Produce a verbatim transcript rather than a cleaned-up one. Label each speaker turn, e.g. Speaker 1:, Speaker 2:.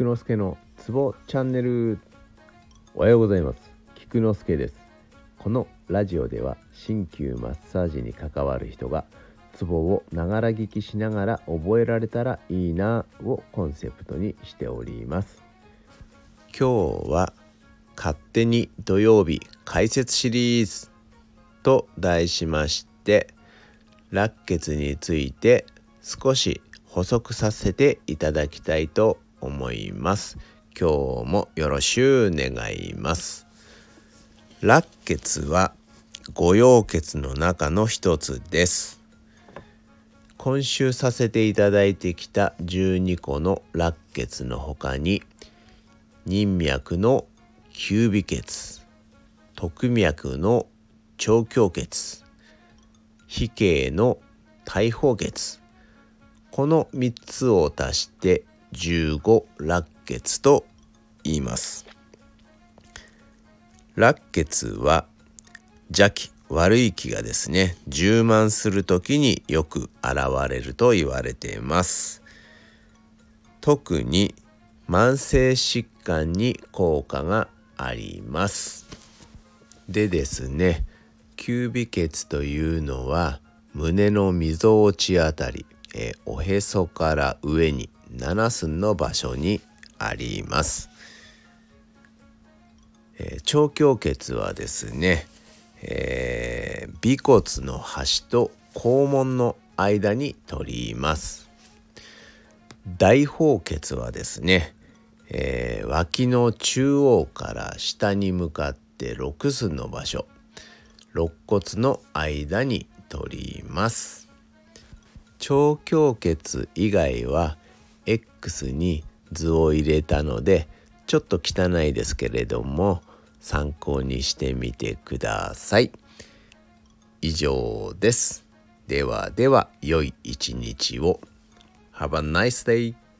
Speaker 1: 菊之助のツボチャンネル。おはようございます。菊之助です。このラジオでは鍼灸マッサージに関わる人がツボをながら聞きしながら覚えられたらいいなをコンセプトにしております。今日は勝手に土曜日解説シリーズと題しまして、落血について少し補足させていただきたいと思います。今日もよろしゅう願います。落血は五陽血の中の一つです。今週させていただいてきたじゅうにこの落血の他に、任脈の九尾血、徳脈の長強血、飛径の大砲血、このみっつを足してじゅうご落血と言います。落血は邪気、悪い気がですね、充満するときによく現れると言われています。特に慢性疾患に効果があります。でですね、九尾血というのは胸のみぞおちあたり、えおへそから上になな寸の場所にあります。えー、長強血はですね、えー、尾骨の端と肛門の間に取ります。大砲血はですね、えー、脇の中央から下に向かってろく寸の場所、肋骨の間に取ります。長強血以外は X に図を入れたのでちょっと汚いですけれども参考にしてみてください。以上です。ではでは良い一日を。Have a nice day.